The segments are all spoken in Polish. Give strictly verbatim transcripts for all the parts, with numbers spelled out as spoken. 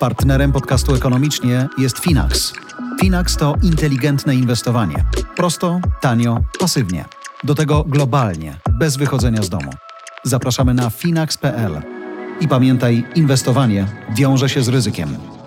Partnerem podcastu Ekonomicznie jest Finax. Finax to inteligentne inwestowanie. Prosto, tanio, pasywnie. Do tego globalnie, bez wychodzenia z domu. Zapraszamy na finax kropka p l. I pamiętaj, inwestowanie wiąże się z ryzykiem.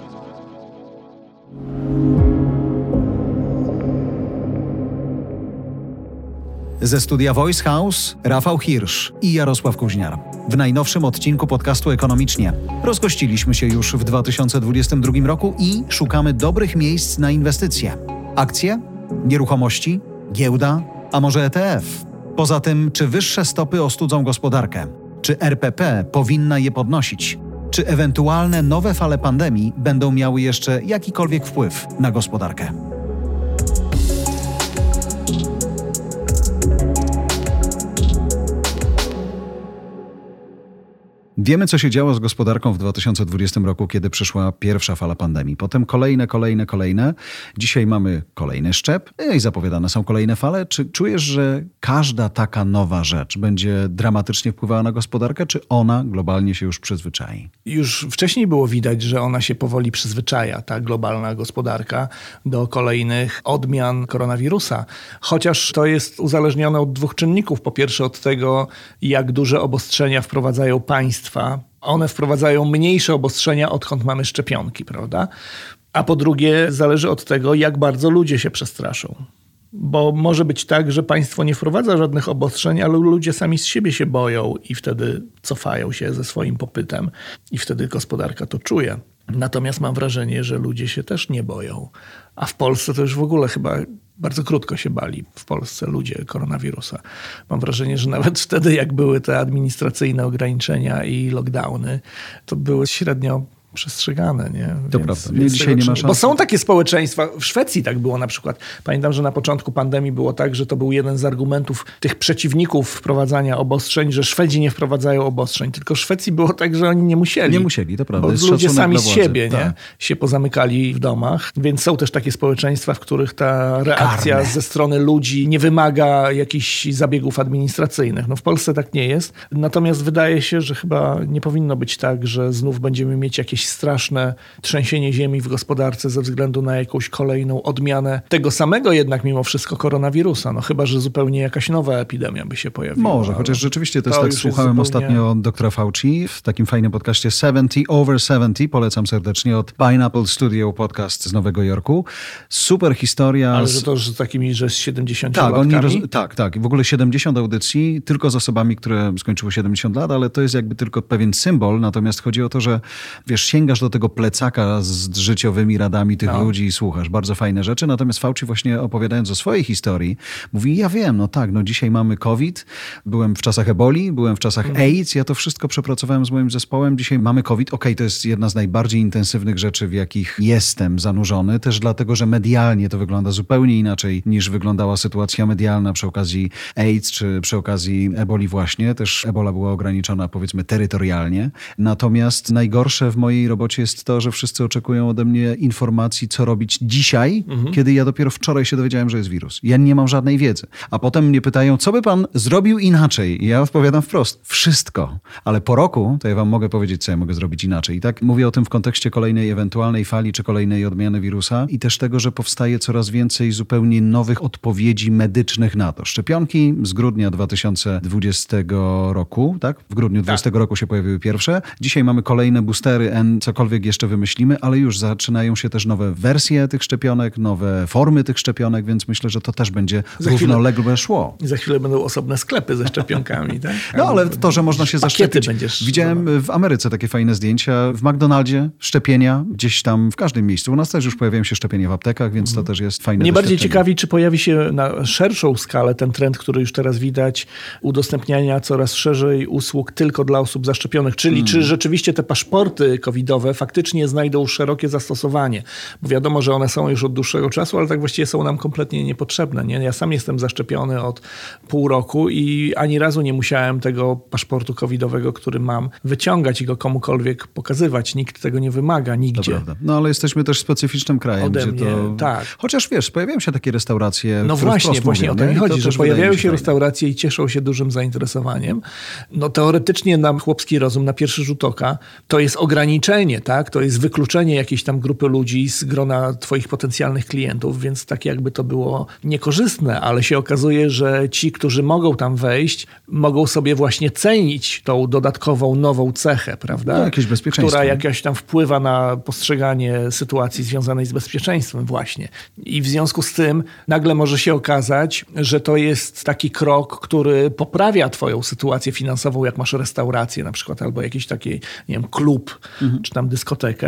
Ze studia Voice House Rafał Hirsch i Jarosław Kuźniar. W najnowszym odcinku podcastu Ekonomicznie rozgościliśmy się już w dwa tysiące dwudziestym drugim roku i szukamy dobrych miejsc na inwestycje. Akcje? Nieruchomości? Giełda? A może E T F? Poza tym, czy wyższe stopy ostudzą gospodarkę? Czy R P P powinna je podnosić? Czy ewentualne nowe fale pandemii będą miały jeszcze jakikolwiek wpływ na gospodarkę? Wiemy, co się działo z gospodarką w dwa tysiące dwudziestym roku, kiedy przyszła pierwsza fala pandemii. Potem kolejne, kolejne, kolejne. Dzisiaj mamy kolejny szczep i zapowiadane są kolejne fale. Czy czujesz, że każda taka nowa rzecz będzie dramatycznie wpływała na gospodarkę, czy ona globalnie się już przyzwyczai? Już wcześniej było widać, że ona się powoli przyzwyczaja, ta globalna gospodarka, do kolejnych odmian koronawirusa. Chociaż to jest uzależnione od dwóch czynników. Po pierwsze od tego, jak duże obostrzenia wprowadzają państwa. One wprowadzają mniejsze obostrzenia, odkąd mamy szczepionki, prawda? A po drugie zależy od tego, jak bardzo ludzie się przestraszą. Bo może być tak, że państwo nie wprowadza żadnych obostrzeń, ale ludzie sami z siebie się boją i wtedy cofają się ze swoim popytem i wtedy gospodarka to czuje. Natomiast mam wrażenie, że ludzie się też nie boją. A w Polsce to już w ogóle chyba bardzo krótko się bali w Polsce ludzie koronawirusa. Mam wrażenie, że nawet wtedy, jak były te administracyjne ograniczenia i lockdowny, to były średnio przestrzegane, nie? To więc, prawda. Więc dzisiaj nie ma szans. Bo są takie społeczeństwa, w Szwecji tak było na przykład. Pamiętam, że na początku pandemii było tak, że to był jeden z argumentów tych przeciwników wprowadzania obostrzeń, że Szwedzi nie wprowadzają obostrzeń. Tylko w Szwecji było tak, że oni nie musieli. Nie musieli, to prawda. Bo ludzie sami z siebie tak. nie? się pozamykali w domach. Więc są też takie społeczeństwa, w których ta reakcja Karne. ze strony ludzi nie wymaga jakichś zabiegów administracyjnych. No w Polsce tak nie jest. Natomiast wydaje się, że chyba nie powinno być tak, że znów będziemy mieć jakieś straszne trzęsienie ziemi w gospodarce ze względu na jakąś kolejną odmianę tego samego jednak mimo wszystko koronawirusa. No chyba, że zupełnie jakaś nowa epidemia by się pojawiła. Może, chociaż rzeczywiście to jest to tak, już słuchałem jest zupełnie... ostatnio doktora Fauci w takim fajnym podcaście siedemdziesiąt over siedemdziesiąt, polecam serdecznie, od Pineapple Studio podcast z Nowego Jorku. Super historia. Ale z... że to z takimi, że z tak, oni roz... siedemdziesięciolatkami? tak, tak. W ogóle siedemdziesiąt audycji tylko z osobami, które skończyły siedemdziesiąt lat, ale to jest jakby tylko pewien symbol. Natomiast chodzi o to, że wiesz, sięgasz do tego plecaka z życiowymi radami tych no. ludzi i słuchasz. Bardzo fajne rzeczy. Natomiast Fauci właśnie opowiadając o swojej historii, mówi, ja wiem, no tak, no dzisiaj mamy COVID, byłem w czasach eboli, byłem w czasach mm. AIDS, ja to wszystko przepracowałem z moim zespołem, dzisiaj mamy COVID. Okej, okay, to jest jedna z najbardziej intensywnych rzeczy, w jakich jestem zanurzony, też dlatego, że medialnie to wygląda zupełnie inaczej niż wyglądała sytuacja medialna przy okazji AIDS, czy przy okazji eboli właśnie. Też ebola była ograniczona, powiedzmy, terytorialnie. Natomiast najgorsze w mojej robocie jest to, że wszyscy oczekują ode mnie informacji, co robić dzisiaj, mhm. kiedy ja dopiero wczoraj się dowiedziałem, że jest wirus. Ja nie mam żadnej wiedzy. A potem mnie pytają, co by pan zrobił inaczej? I ja odpowiadam wprost, wszystko. Ale po roku, to ja wam mogę powiedzieć, co ja mogę zrobić inaczej. I tak mówię o tym w kontekście kolejnej ewentualnej fali, czy kolejnej odmiany wirusa i też tego, że powstaje coraz więcej zupełnie nowych odpowiedzi medycznych na to. Szczepionki z grudnia dwa tysiące dwudziestego roku, tak? W grudniu dwudziestego roku się pojawiły pierwsze. Dzisiaj mamy kolejne boostery, N, cokolwiek jeszcze wymyślimy, ale już zaczynają się też nowe wersje tych szczepionek, nowe formy tych szczepionek, więc myślę, że to też będzie za równolegle chwilę, szło. Za chwilę będą osobne sklepy ze szczepionkami, tak? No ale to, że można się zaszczepić. Widziałem w Ameryce takie fajne zdjęcia. W McDonaldzie szczepienia, gdzieś tam w każdym miejscu. U nas też już pojawiają się szczepienia w aptekach, więc to też jest fajne. Mnie bardziej ciekawi, czy pojawi się na szerszą skalę ten trend, który już teraz widać, udostępniania coraz szerzej usług tylko dla osób zaszczepionych. Czyli hmm. czy rzeczywiście te paszporty covidowe faktycznie znajdą szerokie zastosowanie. Bo wiadomo, że one są już od dłuższego czasu, ale tak właściwie są nam kompletnie niepotrzebne. Nie? Ja sam jestem zaszczepiony od pół roku i ani razu nie musiałem tego paszportu covidowego, który mam, wyciągać i go komukolwiek pokazywać. Nikt tego nie wymaga nigdzie. To prawda. No ale jesteśmy też specyficznym krajem. Ode gdzie mnie, to... tak. Chociaż wiesz, pojawiają się takie restauracje, No które właśnie, właśnie mówią, o to mi chodzi, to że pojawiają się, się fajne. restauracje i cieszą się dużym zainteresowaniem. No teoretycznie na chłopski rozum, na pierwszy rzut oka, to jest ograniczenie ograniczenie, tak? To jest wykluczenie jakiejś tam grupy ludzi z grona twoich potencjalnych klientów, więc tak jakby to było niekorzystne, ale się okazuje, że ci, którzy mogą tam wejść, mogą sobie właśnie cenić tą dodatkową, nową cechę, prawda? No, jakieś bezpieczeństwo. Która jakaś tam wpływa na postrzeganie sytuacji związanej z bezpieczeństwem właśnie. I w związku z tym nagle może się okazać, że to jest taki krok, który poprawia twoją sytuację finansową, jak masz restaurację na przykład, albo jakiś taki, nie wiem, klub, mhm. czy tam dyskotekę.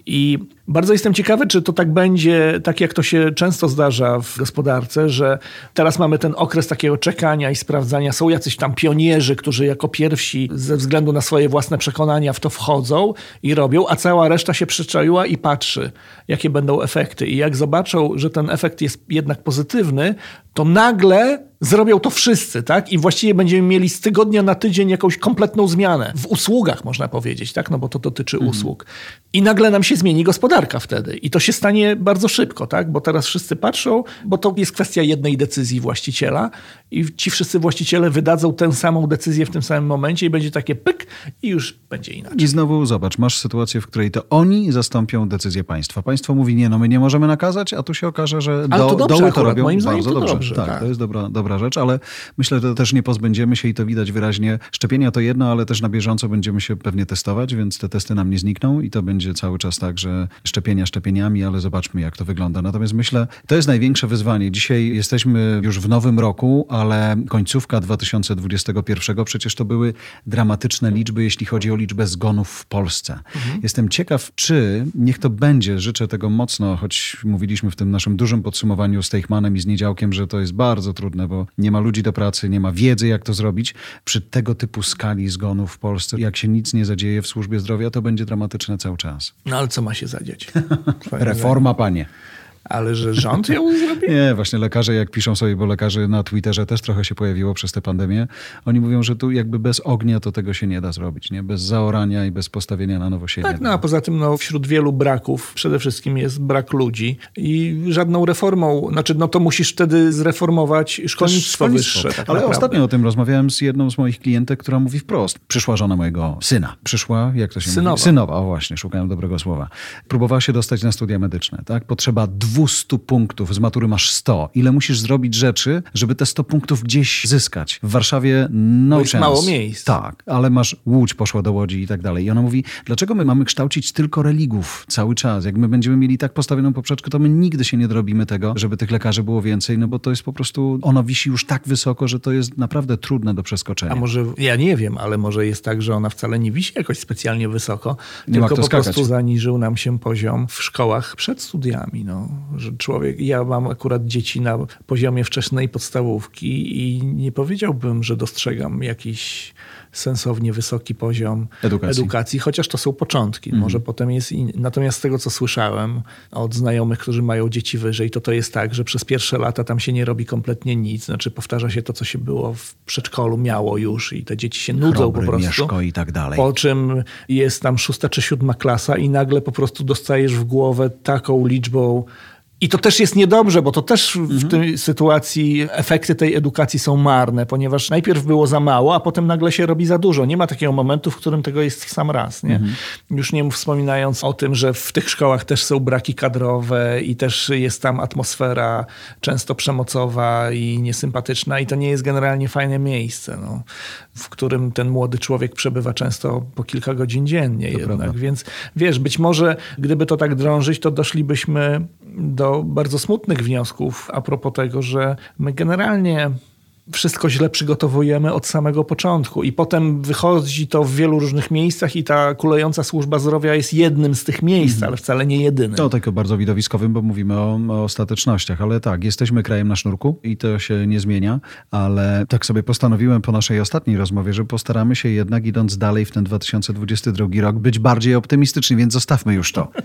I bardzo jestem ciekawy, czy to tak będzie, tak jak to się często zdarza w gospodarce, że teraz mamy ten okres takiego czekania i sprawdzania. Są jacyś tam pionierzy, którzy jako pierwsi ze względu na swoje własne przekonania w to wchodzą i robią, a cała reszta się przyczaiła i patrzy, jakie będą efekty. I jak zobaczą, że ten efekt jest jednak pozytywny, to nagle zrobią to wszyscy, tak? I właściwie będziemy mieli z tygodnia na tydzień jakąś kompletną zmianę. W usługach można powiedzieć, tak? No bo to dotyczy mhm. usług. I nagle nam się zmieni gospodarka wtedy. I to się stanie bardzo szybko, tak? Bo teraz wszyscy patrzą, bo to jest kwestia jednej decyzji właściciela i ci wszyscy właściciele wydadzą tę samą decyzję w tym samym momencie i będzie takie pyk i już będzie inaczej. I znowu zobacz, masz sytuację, w której to oni zastąpią decyzję państwa. Państwo mówi, nie, no my nie możemy nakazać, a tu się okaże, że do, to dobrze, doły to akurat, robią moim bardzo to dobrze. dobrze tak, tak, to jest dobra, dobra rzecz, ale myślę, że też nie pozbędziemy się i to widać wyraźnie. Szczepienia to jedno, ale też na bieżąco będziemy się pewnie testować, więc te testy nam nie znikną i to będzie cały czas tak, że szczepienia szczepieniami, ale zobaczmy, jak to wygląda. Natomiast myślę, to jest największe wyzwanie. Dzisiaj jesteśmy już w nowym roku, ale końcówka dwa tysiące dwudziestego pierwszego przecież to były dramatyczne liczby, jeśli chodzi o liczbę zgonów w Polsce. Mhm. Jestem ciekaw, czy niech to będzie, życzę tego mocno, choć mówiliśmy w tym naszym dużym podsumowaniu z Teichmannem i z Niedziałkiem, że to jest bardzo trudne, bo nie ma ludzi do pracy, nie ma wiedzy, jak to zrobić. Przy tego typu skali zgonów w Polsce, jak się nic nie zadzieje w służbie zdrowia, to będzie dramatyczne cały czas. No ale co ma się zadzieć? Reforma, panie. Ale że rząd ją zrobi? Nie, właśnie lekarze jak piszą sobie, bo lekarze na Twitterze też trochę się pojawiło przez tę pandemię, oni mówią, że tu jakby bez ognia to tego się nie da zrobić, nie? Bez zaorania i bez postawienia na nowo się tak, nie da. No a poza tym no, wśród wielu braków przede wszystkim jest brak ludzi i żadną reformą, znaczy no to musisz wtedy zreformować szkolnictwo, szkolnictwo. wyższe. Tak Ale naprawdę. Ostatnio o tym rozmawiałem z jedną z moich klientek, która mówi wprost. Przyszła żona mojego syna. Przyszła, jak to się Synowa. mówi? Synowa. O właśnie, szukałem dobrego słowa. Próbowała się dostać na studia medyczne, tak? Potrzeba dwieście punktów. Z matury masz sto. Ile musisz zrobić rzeczy, żeby te sto punktów gdzieś zyskać? W Warszawie no Bo jest chance. mało miejsc. Tak, ale masz Łódź poszła do Łodzi i tak dalej. I ona mówi, dlaczego my mamy kształcić tylko religów cały czas? Jak my będziemy mieli tak postawioną poprzeczkę, to my nigdy się nie dorobimy tego, żeby tych lekarzy było więcej, no bo to jest po prostu, ono wisi już tak wysoko, że to jest naprawdę trudne do przeskoczenia. A może, ja nie wiem, ale może jest tak, że ona wcale nie wisi jakoś specjalnie wysoko, nie tylko po skakać. prostu zaniżył nam się poziom w szkołach przed studiami. No, że człowiek, ja mam akurat dzieci na poziomie wczesnej podstawówki i nie powiedziałbym, że dostrzegam jakiś sensownie wysoki poziom edukacji, edukacji chociaż to są początki. Mhm. Może potem jest inny. Natomiast z tego, co słyszałem od znajomych, którzy mają dzieci wyżej, to to jest tak, że przez pierwsze lata tam się nie robi kompletnie nic. Znaczy powtarza się to, co się było w przedszkolu, miało już i te dzieci się nudzą Chrobry, po prostu. Mieszko i tak dalej. Po czym jest tam szósta czy siódma klasa i nagle po prostu dostajesz w głowę taką liczbą. I to też jest niedobrze, bo to też mhm. w tej sytuacji efekty tej edukacji są marne, ponieważ najpierw było za mało, a potem nagle się robi za dużo. Nie ma takiego momentu, w którym tego jest w sam raz. Nie? Mhm. Już nie wspominając o tym, że w tych szkołach też są braki kadrowe i też jest tam atmosfera często przemocowa i niesympatyczna i to nie jest generalnie fajne miejsce, no, w którym ten młody człowiek przebywa często po kilka godzin dziennie to jednak. Prawda. Więc wiesz, być może gdyby to tak drążyć, to doszlibyśmy do bardzo smutnych wniosków a propos tego, że my generalnie wszystko źle przygotowujemy od samego początku i potem wychodzi to w wielu różnych miejscach i ta kulejąca służba zdrowia jest jednym z tych miejsc, mm. ale wcale nie jedynym. To tylko bardzo widowiskowym, bo mówimy o, o ostatecznościach, ale tak, jesteśmy krajem na sznurku i to się nie zmienia, ale tak sobie postanowiłem po naszej ostatniej rozmowie, że postaramy się jednak idąc dalej w ten dwa tysiące dwudziesty drugi rok być bardziej optymistyczni, więc zostawmy już to.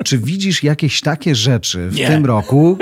Czy widzisz jakieś takie rzeczy w Nie. tym roku,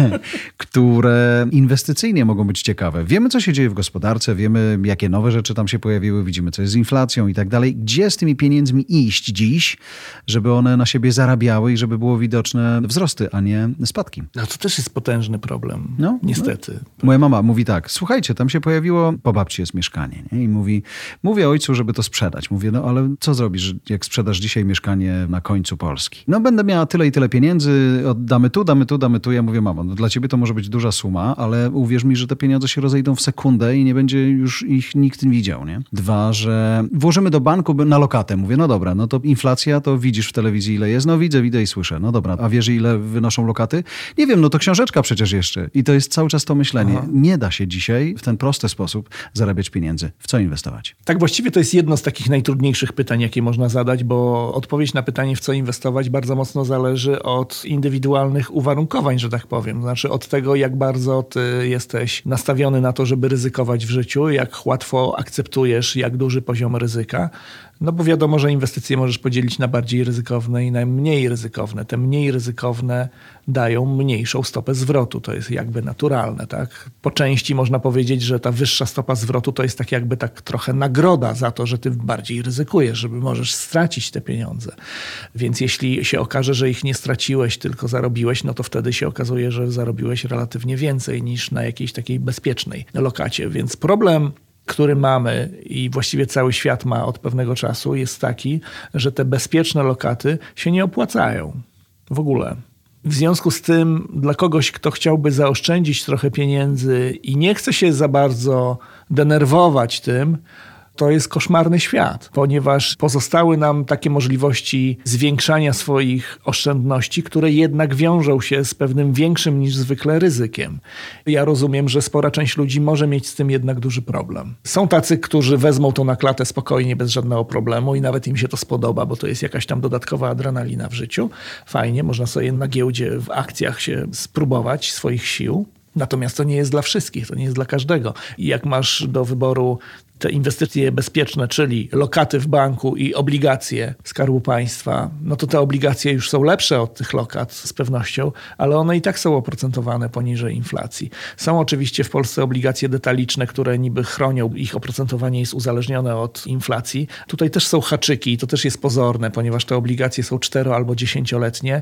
które inwestycyjnie mogą być ciekawe? Wiemy, co się dzieje w gospodarce, wiemy, jakie nowe rzeczy tam się pojawiły, widzimy, co jest z inflacją i tak dalej. Gdzie z tymi pieniędzmi iść dziś, żeby one na siebie zarabiały i żeby było widoczne wzrosty, a nie spadki? No to też jest potężny problem, No, niestety. No. Moja mama mówi tak, słuchajcie, tam się pojawiło, po babci jest mieszkanie, nie? I mówi, mówię ojcu, żeby to sprzedać. Mówię, no ale co zrobisz, jak sprzedasz dzisiaj mieszkanie na końcu Polski? No będę miała tyle i tyle pieniędzy, oddamy tu, damy tu, damy tu. Ja mówię, mamo, no dla ciebie to może być duża suma, ale uwierz mi, że te pieniądze się rozejdą w sekundę i nie będzie już ich nikt widział, nie? Dwa, że włożymy do banku na lokatę. Mówię, no dobra, no to inflacja, to widzisz w telewizji ile jest? No widzę, widzę i słyszę. No dobra, a wiesz ile wynoszą lokaty? Nie wiem, no to książeczka przecież jeszcze. I to jest cały czas to myślenie. Aha. Nie da się dzisiaj w ten prosty sposób zarabiać pieniędzy. W co inwestować? Tak, właściwie to jest jedno z takich najtrudniejszych pytań, jakie można zadać, bo odpowiedź na pytanie, w co inwestować, bardzo mocno zależy od indywidualnych uwarunkowań, że tak powiem. Znaczy od tego, jak bardzo ty jesteś nastawiony na to, żeby ryzykować w życiu, jak łatwo akceptujesz, jak duży poziom ryzyka. No bo wiadomo, że inwestycje możesz podzielić na bardziej ryzykowne i na mniej ryzykowne. Te mniej ryzykowne dają mniejszą stopę zwrotu. To jest jakby naturalne, tak? Po części można powiedzieć, że ta wyższa stopa zwrotu to jest tak jakby tak trochę nagroda za to, że ty bardziej ryzykujesz, żeby możesz stracić te pieniądze. Więc jeśli się okaże, że ich nie straciłeś, tylko zarobiłeś, no to wtedy się okazuje, że zarobiłeś relatywnie więcej niż na jakiejś takiej bezpiecznej lokacie. Więc problem, który mamy i właściwie cały świat ma od pewnego czasu, jest taki, że te bezpieczne lokaty się nie opłacają w ogóle. W związku z tym dla kogoś, kto chciałby zaoszczędzić trochę pieniędzy i nie chce się za bardzo denerwować tym, to jest koszmarny świat, ponieważ pozostały nam takie możliwości zwiększania swoich oszczędności, które jednak wiążą się z pewnym większym niż zwykle ryzykiem. Ja rozumiem, że spora część ludzi może mieć z tym jednak duży problem. Są tacy, którzy wezmą to na klatę spokojnie, bez żadnego problemu i nawet im się to spodoba, bo to jest jakaś tam dodatkowa adrenalina w życiu. Fajnie, można sobie na giełdzie, w akcjach się spróbować swoich sił. Natomiast to nie jest dla wszystkich, to nie jest dla każdego. I jak masz do wyboru te inwestycje bezpieczne, czyli lokaty w banku i obligacje Skarbu Państwa, no to te obligacje już są lepsze od tych lokat z pewnością, ale one i tak są oprocentowane poniżej inflacji. Są oczywiście w Polsce obligacje detaliczne, które niby chronią, ich oprocentowanie jest uzależnione od inflacji. Tutaj też są haczyki i to też jest pozorne, ponieważ te obligacje są cztero- albo dziesięcioletnie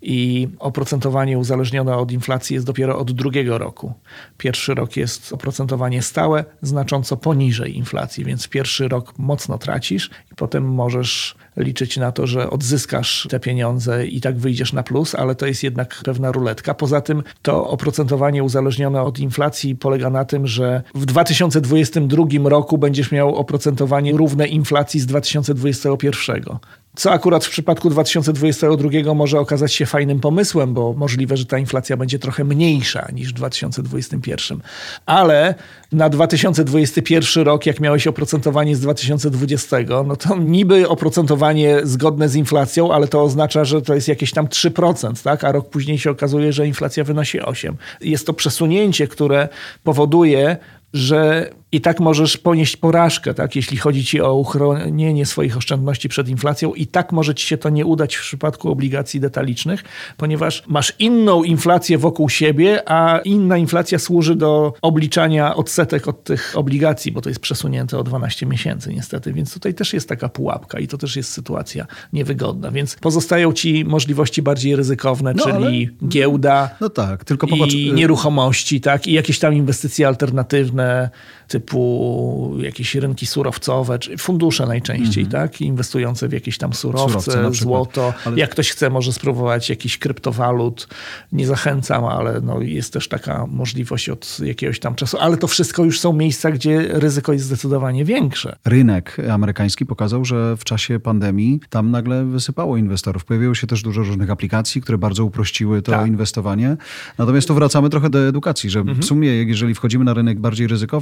i oprocentowanie uzależnione od inflacji jest dopiero od drugiego roku. Pierwszy rok jest oprocentowanie stałe, znacząco poniżej inflacji. Inflacji, więc pierwszy rok mocno tracisz i potem możesz liczyć na to, że odzyskasz te pieniądze i tak wyjdziesz na plus, ale to jest jednak pewna ruletka. Poza tym to oprocentowanie uzależnione od inflacji polega na tym, że w dwa tysiące dwudziestym drugim roku będziesz miał oprocentowanie równe inflacji z dwa tysiące dwudziestego pierwszego. Co akurat w przypadku dwa tysiące dwudziestego drugiego może okazać się fajnym pomysłem, bo możliwe, że ta inflacja będzie trochę mniejsza niż w dwa tysiące dwudziestym pierwszym. Ale na dwa tysiące dwudziesty pierwszy rok, jak miałeś oprocentowanie z dwa tysiące dwudziestego, no to niby oprocentowanie zgodne z inflacją, ale to oznacza, że to jest jakieś tam trzy procent, tak? A rok później się okazuje, że inflacja wynosi osiem procent. Jest to przesunięcie, które powoduje, że i tak możesz ponieść porażkę, tak? Jeśli chodzi ci o uchronienie swoich oszczędności przed inflacją, i tak może ci się to nie udać w przypadku obligacji detalicznych, ponieważ masz inną inflację wokół siebie, a inna inflacja służy do obliczania odsetek od tych obligacji, bo to jest przesunięte o dwanaście miesięcy niestety, więc tutaj też jest taka pułapka i to też jest sytuacja niewygodna, więc pozostają ci możliwości bardziej ryzykowne, no, czyli ale... giełda no tak, tylko popatrz... i nieruchomości, tak? I jakieś tam inwestycje alternatywne, typu jakieś rynki surowcowe, czy fundusze najczęściej, mm-hmm. tak? Inwestujące w jakieś tam surowce, surowce złoto. Ale... Jak ktoś chce, może spróbować jakichś kryptowalut. Nie zachęcam, ale no jest też taka możliwość od jakiegoś tam czasu. Ale to wszystko już są miejsca, gdzie ryzyko jest zdecydowanie większe. Rynek amerykański pokazał, że w czasie pandemii tam nagle wysypało inwestorów. Pojawiło się też dużo różnych aplikacji, które bardzo uprościły to tak. inwestowanie. Natomiast tu wracamy trochę do edukacji, że mm-hmm. w sumie, jeżeli wchodzimy na rynek bardziej ryzykowny, to fajnie,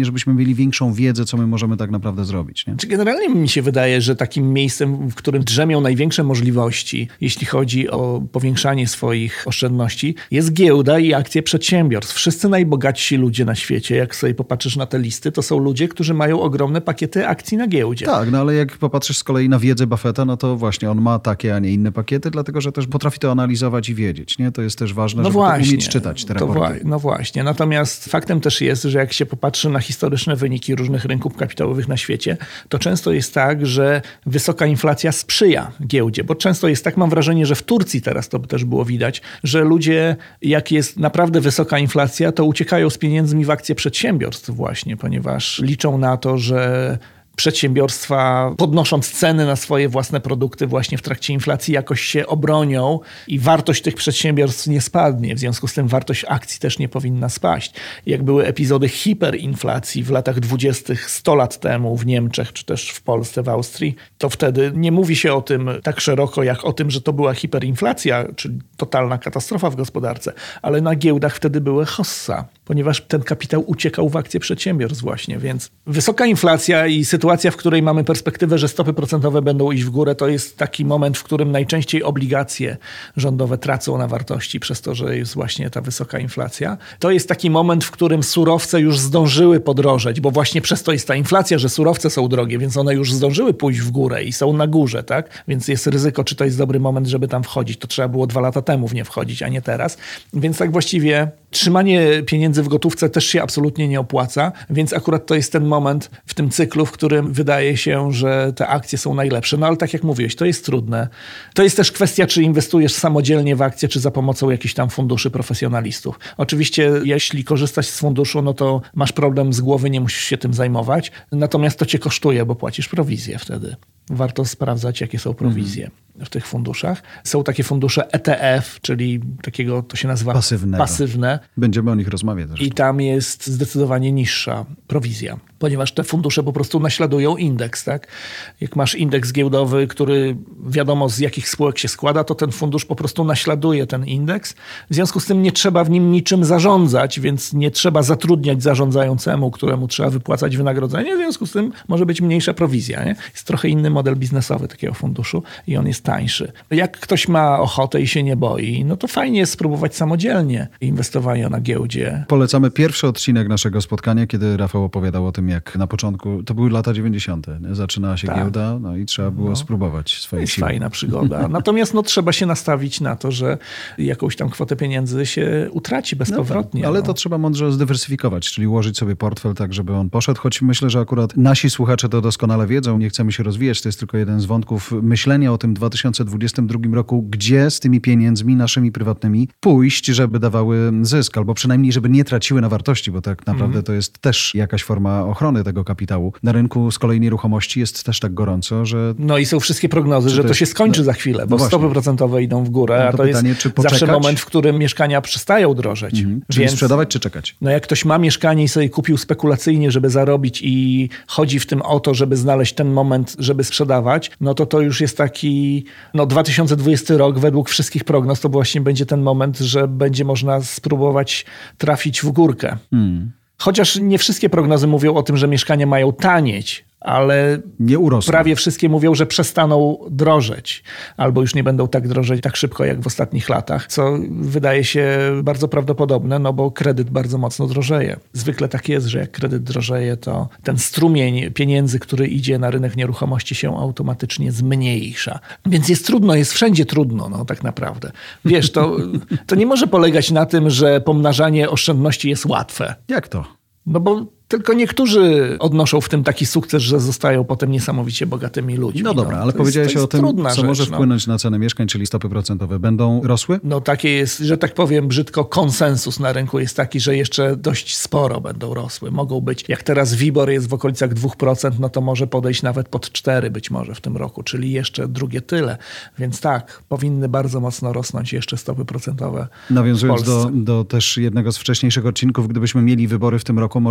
żebyśmy mieli większą wiedzę, co my możemy tak naprawdę zrobić. Nie? Czy generalnie mi się wydaje, że takim miejscem, w którym drzemią największe możliwości, jeśli chodzi o powiększanie swoich oszczędności, jest giełda i akcje przedsiębiorstw. Wszyscy najbogatsi ludzie na świecie, jak sobie popatrzysz na te listy, to są ludzie, którzy mają ogromne pakiety akcji na giełdzie. Tak, no ale jak popatrzysz z kolei na wiedzę Buffetta, no to właśnie on ma takie, a nie inne pakiety, dlatego że też potrafi to analizować i wiedzieć. Nie? To jest też ważne, no żeby właśnie, to umieć czytać te raporty. Wła- no właśnie. Natomiast faktem też jest, że jak się popatrzy na historyczne wyniki różnych rynków kapitałowych na świecie, to często jest tak, że wysoka inflacja sprzyja giełdzie, bo często jest tak, mam wrażenie, że w Turcji teraz to też było widać, że ludzie, jak jest naprawdę wysoka inflacja, to uciekają z pieniędzmi w akcje przedsiębiorstw właśnie, ponieważ liczą na to, że przedsiębiorstwa, podnosząc ceny na swoje własne produkty właśnie w trakcie inflacji, jakoś się obronią i wartość tych przedsiębiorstw nie spadnie. W związku z tym wartość akcji też nie powinna spaść. Jak były epizody hiperinflacji w latach dwudziestych sto lat temu w Niemczech, czy też w Polsce, w Austrii, to wtedy nie mówi się o tym tak szeroko, jak o tym, że to była hiperinflacja, czyli totalna katastrofa w gospodarce, ale na giełdach wtedy były hossa, ponieważ ten kapitał uciekał w akcje przedsiębiorstw właśnie, więc wysoka inflacja i sytuacja, w której mamy perspektywę, że stopy procentowe będą iść w górę, to jest taki moment, w którym najczęściej obligacje rządowe tracą na wartości przez to, że jest właśnie ta wysoka inflacja. To jest taki moment, w którym surowce już zdążyły podrożeć, bo właśnie przez to jest ta inflacja, że surowce są drogie, więc one już zdążyły pójść w górę i są na górze, tak? Więc jest ryzyko, czy to jest dobry moment, żeby tam wchodzić. To trzeba było dwa lata temu w nie wchodzić, a nie teraz. Więc tak właściwie trzymanie pieniędzy w gotówce też się absolutnie nie opłaca, więc akurat to jest ten moment w tym cyklu, w którym wydaje się, że te akcje są najlepsze. No ale tak jak mówiłeś, to jest trudne. To jest też kwestia, czy inwestujesz samodzielnie w akcje, czy za pomocą jakichś tam funduszy profesjonalistów. Oczywiście, jeśli korzystasz z funduszu, no to masz problem z głowy, nie musisz się tym zajmować. Natomiast to cię kosztuje, bo płacisz prowizję wtedy. Warto sprawdzać, jakie są prowizje mhm. w tych funduszach. Są takie fundusze E T F, czyli takiego, to się nazywa Pasywnego. pasywne. Będziemy o nich rozmawiać zresztą. I tam jest zdecydowanie niższa prowizja, ponieważ te fundusze po prostu naśladują indeks, tak? Jak masz indeks giełdowy, który wiadomo z jakich spółek się składa, to ten fundusz po prostu naśladuje ten indeks. W związku z tym nie trzeba w nim niczym zarządzać, więc nie trzeba zatrudniać zarządzającemu, któremu trzeba wypłacać wynagrodzenie. W związku z tym może być mniejsza prowizja. Nie? Jest trochę inny model biznesowy takiego funduszu i on jest tańszy. Jak ktoś ma ochotę i się nie boi, no to fajnie jest spróbować samodzielnie inwestowania na giełdzie. Polecamy pierwszy odcinek naszego spotkania, kiedy Rafał opowiadał o tym, jak na początku, to były lata dziewięćdziesiąte. Nie? Zaczynała się tak. giełda, no i trzeba było no. spróbować swojej jest siły. Fajna przygoda. Natomiast no, trzeba się nastawić na to, że jakąś tam kwotę pieniędzy się utraci bezpowrotnie. No tak, ale no. to trzeba mądrze zdywersyfikować, czyli ułożyć sobie portfel tak, żeby on poszedł, choć myślę, że akurat nasi słuchacze to doskonale wiedzą, nie chcemy się rozwijać, to jest tylko jeden z wątków myślenia o tym dwa tysiące dwudziestym drugim roku, gdzie z tymi pieniędzmi naszymi prywatnymi pójść, żeby dawały zysk, albo przynajmniej, żeby nie traciły na wartości, bo tak naprawdę mm. to jest też jakaś forma ochrony tego kapitału. Na rynku z kolei nieruchomości jest też tak gorąco, że... No i są wszystkie prognozy, że to, jest... to się skończy no, za chwilę, bo no stopy procentowe idą w górę, no to a to pytanie, jest zawsze moment, w którym mieszkania przestają drożeć. Mm. Czyli Więc, sprzedawać czy czekać? No jak ktoś ma mieszkanie i sobie kupił spekulacyjnie, żeby zarobić i chodzi w tym o to, żeby znaleźć ten moment, żeby sprzedawać, no to to już jest taki, no dwa tysiące dwudziesty rok według wszystkich prognoz to właśnie będzie ten moment, że będzie można spróbować trafić w górkę. Hmm. Chociaż nie wszystkie prognozy mówią o tym, że mieszkania mają tanieć, ale nie urosną. Prawie wszystkie mówią, że przestaną drożeć albo już nie będą tak drożeć tak szybko jak w ostatnich latach, co wydaje się bardzo prawdopodobne, no bo kredyt bardzo mocno drożeje. Zwykle tak jest, że jak kredyt drożeje, to ten strumień pieniędzy, który idzie na rynek nieruchomości się automatycznie zmniejsza. Więc jest trudno, jest wszędzie trudno, no tak naprawdę. Wiesz, to, to nie może polegać na tym, że pomnażanie oszczędności jest łatwe. Jak to? No bo tylko niektórzy odnoszą w tym taki sukces, że zostają potem niesamowicie bogatymi ludźmi. No dobra, no, ale powiedziałeś o tym, co rzecz, może wpłynąć no. na cenę mieszkań, czyli stopy procentowe. Będą rosły? No takie jest, że tak powiem brzydko, konsensus na rynku jest taki, że jeszcze dość sporo będą rosły. Mogą być, jak teraz WIBOR jest w okolicach dwa procent, no to może podejść nawet pod cztery być może w tym roku, czyli jeszcze drugie tyle. Więc tak, powinny bardzo mocno rosnąć jeszcze stopy procentowe. Nawiązując do, do też jednego z wcześniejszych odcinków, gdybyśmy mieli wybory w tym roku, może powinni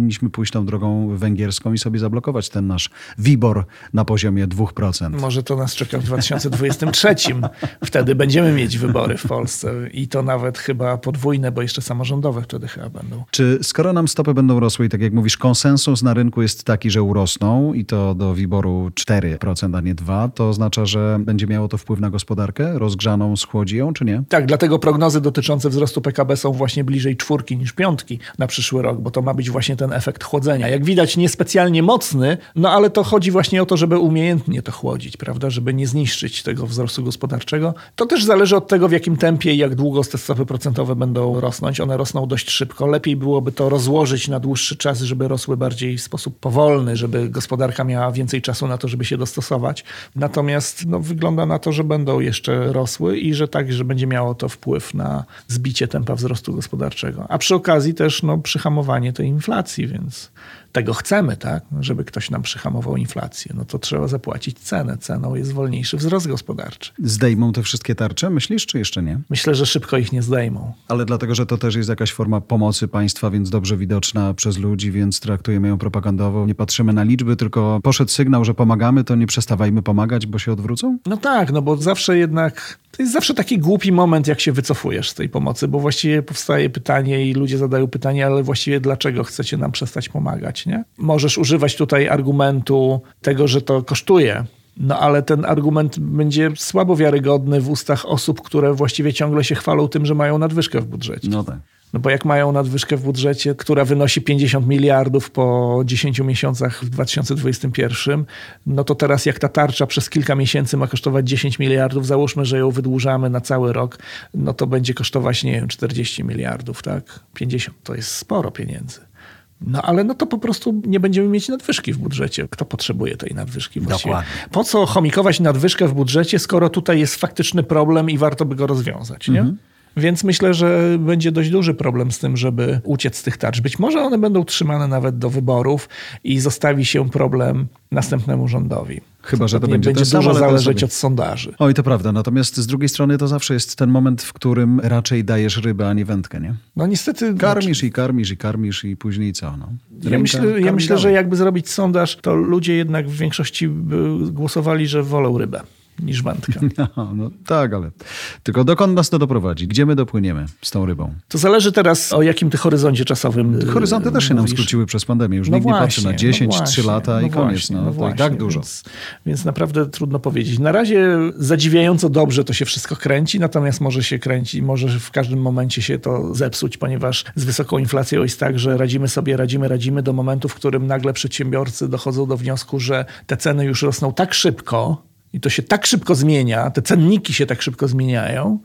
powinniśmy pójść tą drogą węgierską i sobie zablokować ten nasz WIBOR na poziomie dwa procent. Może to nas czeka w dwa tysiące dwudziestym trzecim. Wtedy będziemy mieć wybory w Polsce i to nawet chyba podwójne, bo jeszcze samorządowe wtedy chyba będą. Czy skoro nam stopy będą rosły i tak jak mówisz, konsensus na rynku jest taki, że urosną i to do WIBORu cztery procent, a nie dwa procent, to oznacza, że będzie miało to wpływ na gospodarkę? Rozgrzaną schłodzi ją, czy nie? Tak, dlatego prognozy dotyczące wzrostu P K B są właśnie bliżej czwórki niż piątki na przyszły rok, bo to ma być właśnie ten efekt chłodzenia. Jak widać, niespecjalnie mocny, no ale to chodzi właśnie o to, żeby umiejętnie to chłodzić, prawda, żeby nie zniszczyć tego wzrostu gospodarczego. To też zależy od tego, w jakim tempie i jak długo te stopy procentowe będą rosnąć. One rosną dość szybko. Lepiej byłoby to rozłożyć na dłuższy czas, żeby rosły bardziej w sposób powolny, żeby gospodarka miała więcej czasu na to, żeby się dostosować. Natomiast no, wygląda na to, że będą jeszcze rosły i że tak, że będzie miało to wpływ na zbicie tempa wzrostu gospodarczego. A przy okazji też no, przyhamowanie tej inflacji, więc tego chcemy, tak? Żeby ktoś nam przyhamował inflację. No to trzeba zapłacić cenę. Ceną jest wolniejszy wzrost gospodarczy. Zdejmą te wszystkie tarcze, myślisz, czy jeszcze nie? Myślę, że szybko ich nie zdejmą. Ale dlatego, że to też jest jakaś forma pomocy państwa, więc dobrze widoczna przez ludzi, więc traktujemy ją propagandowo. Nie patrzymy na liczby, tylko poszedł sygnał, że pomagamy, to nie przestawajmy pomagać, bo się odwrócą? No tak, no bo zawsze jednak... To jest zawsze taki głupi moment, jak się wycofujesz z tej pomocy, bo właściwie powstaje pytanie i ludzie zadają pytanie, ale właściwie dlaczego chcecie nam przestać pomagać, nie? Możesz używać tutaj argumentu tego, że to kosztuje, no ale ten argument będzie słabo wiarygodny w ustach osób, które właściwie ciągle się chwalą tym, że mają nadwyżkę w budżecie. No tak. No bo jak mają nadwyżkę w budżecie, która wynosi pięćdziesiąt miliardów po dziesięciu miesiącach w dwa tysiące dwudziestym pierwszym, no to teraz jak ta tarcza przez kilka miesięcy ma kosztować dziesięć miliardów, załóżmy, że ją wydłużamy na cały rok, no to będzie kosztować, nie wiem, czterdzieści miliardów, tak? pięćdziesiąt to jest sporo pieniędzy. No ale no to po prostu nie będziemy mieć nadwyżki w budżecie. Kto potrzebuje tej nadwyżki właściwie? Dokładnie. Po co chomikować nadwyżkę w budżecie, skoro tutaj jest faktyczny problem i warto by go rozwiązać, nie? Mhm. Więc myślę, że będzie dość duży problem z tym, żeby uciec z tych tarcz. Być może one będą trzymane nawet do wyborów i zostawi się problem następnemu rządowi. Chyba, że to będzie, będzie to dużo samo, zależeć sobie... od sondaży. Oj, to prawda. Natomiast z drugiej strony to zawsze jest ten moment, w którym raczej dajesz rybę, a nie wędkę, nie? No niestety... Karmisz i karmisz i karmisz i później co? No. Ręka, ja myślę, ja myślę że jakby zrobić sondaż, to ludzie jednak w większości głosowali, że wolą rybę niż wędkę. No, no tak, ale tylko dokąd nas to doprowadzi? Gdzie my dopłyniemy z tą rybą? To zależy teraz o jakim ty horyzoncie czasowym Te horyzonty też się mówisz. nam skróciły przez pandemię. Już no nikt właśnie, nie patrzy na dziesięć, no trzy lata no i koniec. Właśnie, no, no to właśnie, i tak dużo. Więc, więc naprawdę trudno powiedzieć. Na razie zadziwiająco dobrze to się wszystko kręci, natomiast może się kręci, może w każdym momencie się to zepsuć, ponieważ z wysoką inflacją jest tak, że radzimy sobie, radzimy, radzimy do momentu, w którym nagle przedsiębiorcy dochodzą do wniosku, że te ceny już rosną tak szybko, i to się tak szybko zmienia, te cenniki się tak szybko zmieniają,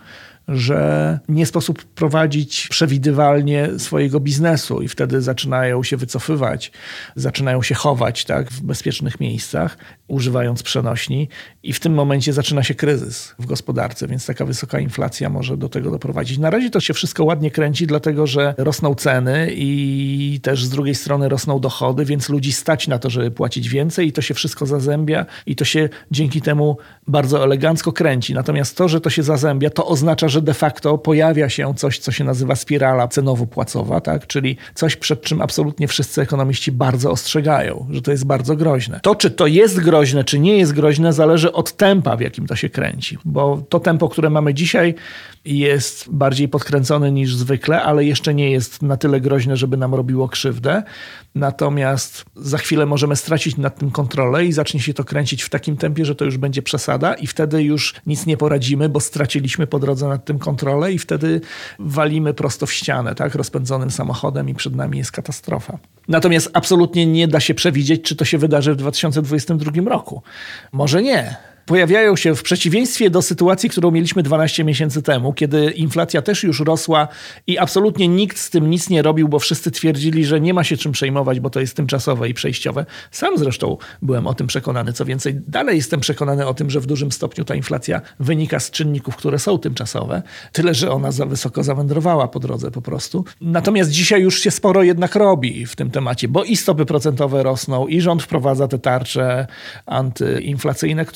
że nie sposób prowadzić przewidywalnie swojego biznesu i wtedy zaczynają się wycofywać, zaczynają się chować, tak, w bezpiecznych miejscach, używając przenośni i w tym momencie zaczyna się kryzys w gospodarce, więc taka wysoka inflacja może do tego doprowadzić. Na razie to się wszystko ładnie kręci, dlatego że rosną ceny i też z drugiej strony rosną dochody, więc ludzi stać na to, żeby płacić więcej i to się wszystko zazębia i to się dzięki temu bardzo elegancko kręci. Natomiast to, że to się zazębia, to oznacza, że de facto pojawia się coś, co się nazywa spirala cenowo-płacowa, tak? Czyli coś, przed czym absolutnie wszyscy ekonomiści bardzo ostrzegają, że to jest bardzo groźne. To, czy to jest groźne, czy nie jest groźne, zależy od tempa, w jakim to się kręci. Bo to tempo, które mamy dzisiaj, jest bardziej podkręcone niż zwykle, ale jeszcze nie jest na tyle groźne, żeby nam robiło krzywdę. Natomiast za chwilę możemy stracić nad tym kontrolę i zacznie się to kręcić w takim tempie, że to już będzie przesada i wtedy już nic nie poradzimy, bo straciliśmy po drodze nad tym kontrolę i wtedy walimy prosto w ścianę, tak, rozpędzonym samochodem i przed nami jest katastrofa. Natomiast absolutnie nie da się przewidzieć, czy to się wydarzy w dwa tysiące dwudziestym drugim roku. Może nie. Pojawiają się w przeciwieństwie do sytuacji, którą mieliśmy dwanaście miesięcy temu, kiedy inflacja też już rosła i absolutnie nikt z tym nic nie robił, bo wszyscy twierdzili, że nie ma się czym przejmować, bo to jest tymczasowe i przejściowe. Sam zresztą byłem o tym przekonany. Co więcej, dalej jestem przekonany o tym, że w dużym stopniu ta inflacja wynika z czynników, które są tymczasowe. Tyle, że ona za wysoko zawędrowała po drodze po prostu. Natomiast dzisiaj już się sporo jednak robi w tym temacie, bo i stopy procentowe rosną, i rząd wprowadza te tarcze antyinflacyjne, które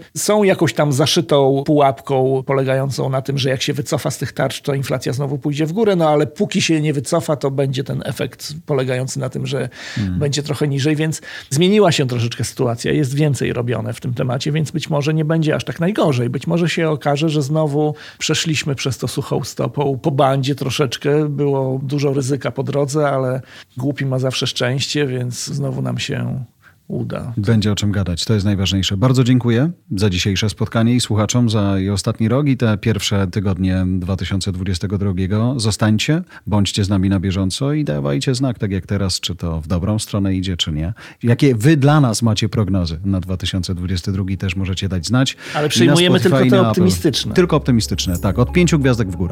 są jakąś tam zaszytą pułapką polegającą na tym, że jak się wycofa z tych tarcz, to inflacja znowu pójdzie w górę, no ale póki się nie wycofa, to będzie ten efekt polegający na tym, że hmm. będzie trochę niżej, więc zmieniła się troszeczkę sytuacja, jest więcej robione w tym temacie, więc być może nie będzie aż tak najgorzej. Być może się okaże, że znowu przeszliśmy przez to suchą stopą po bandzie troszeczkę, było dużo ryzyka po drodze, ale głupi ma zawsze szczęście, więc znowu nam się uda. Będzie o czym gadać, to jest najważniejsze. Bardzo dziękuję za dzisiejsze spotkanie i słuchaczom za i ostatni rok i te pierwsze tygodnie dwa tysiące dwudziestego drugiego. Zostańcie, bądźcie z nami na bieżąco i dawajcie znak, tak jak teraz, czy to w dobrą stronę idzie, czy nie. Jakie wy dla nas macie prognozy na dwa tysiące dwudziesty drugi, też możecie dać znać. Ale przyjmujemy tylko te optymistyczne. Tylko optymistyczne, tak. Od pięciu gwiazdek w górę.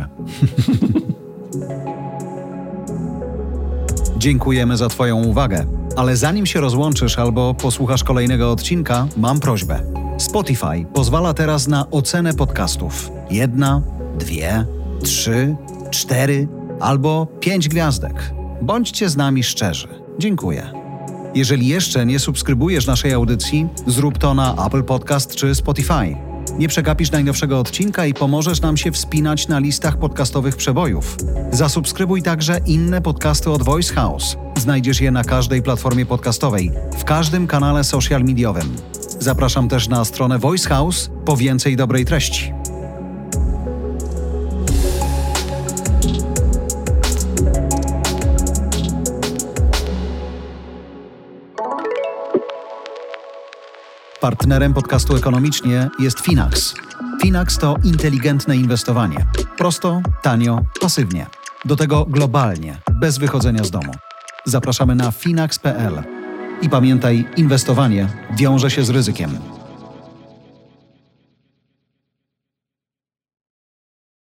Dziękujemy za twoją uwagę. Ale zanim się rozłączysz albo posłuchasz kolejnego odcinka, mam prośbę. Spotify pozwala teraz na ocenę podcastów. Jedna, dwie, trzy, cztery albo pięć gwiazdek. Bądźcie z nami szczerzy. Dziękuję. Jeżeli jeszcze nie subskrybujesz naszej audycji, zrób to na Apple Podcast czy Spotify. Nie przegapisz najnowszego odcinka i pomożesz nam się wspinać na listach podcastowych przebojów. Zasubskrybuj także inne podcasty od Voice House. Znajdziesz je na każdej platformie podcastowej, w każdym kanale social mediowym. Zapraszam też na stronę Voice House po więcej dobrej treści. Partnerem podcastu Ekonomicznie jest Finax. Finax to inteligentne inwestowanie. Prosto, tanio, pasywnie. Do tego globalnie, bez wychodzenia z domu. Zapraszamy na finax kropka p l. I pamiętaj, inwestowanie wiąże się z ryzykiem.